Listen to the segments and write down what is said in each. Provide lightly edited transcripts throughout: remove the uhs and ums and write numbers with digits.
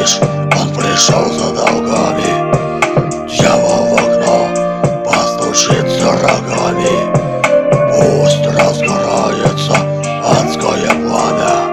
помнишь, он пришел за долгами. Дьявол в окно постучится рогами. Пусть разгорается адское пламя,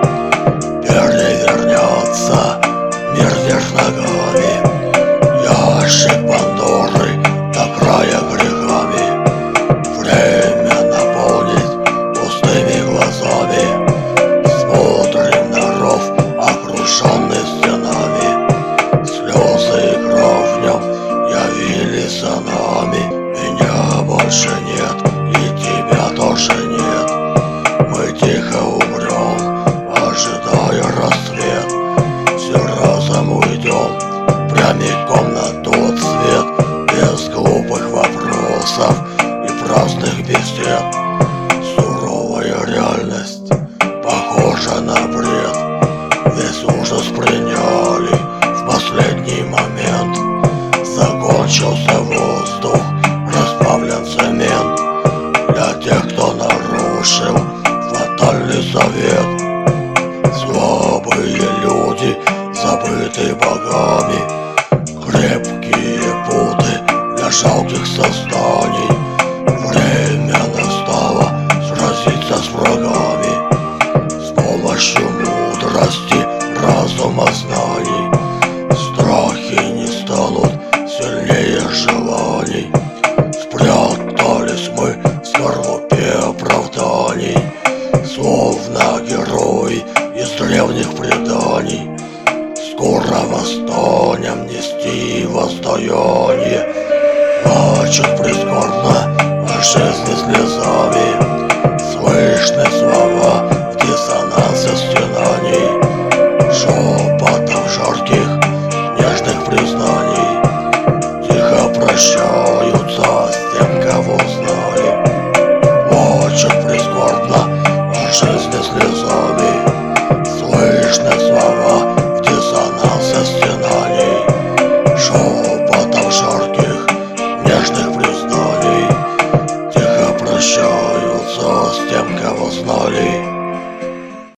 перевернется мир вверх ногами. Ящик Пандоры до края грехами. Время наполнить пустыми глазами. Смотрим на ров, окруженный стенами. Слезы и кровь в нем явились за нами. Меня больше нет, и тебя тоже нет. Мы тихо умрем, ожидая рассвет. Все разом уйдем прямиком на тот свет, без глупых вопросов и праздных бесед. Суровая реальность похожа на бред. Весь ужас приняли в последний момент. Закончился воздух, расплавлен цемент. Для тех, кто нарушил фатальный завет. Слабые люди, забытые богами. Крепкие путы для жалких созданий. Время настало сразиться с врагами. С помощью мудрости, разума, знаний. Страхи не станут сильнее желаний. Спрятались мы в скорлупе оправданий, словно герои из древних преданий. Скоро восстанем нести воздаяние. Плачут прискорбно о жизни слезами. Слышны слова в диссонансе стенаний. Шепотом жарких нежных признаний. Тихо прощаются с тем, кого знали. Плачут прискорбно о жизни слезами.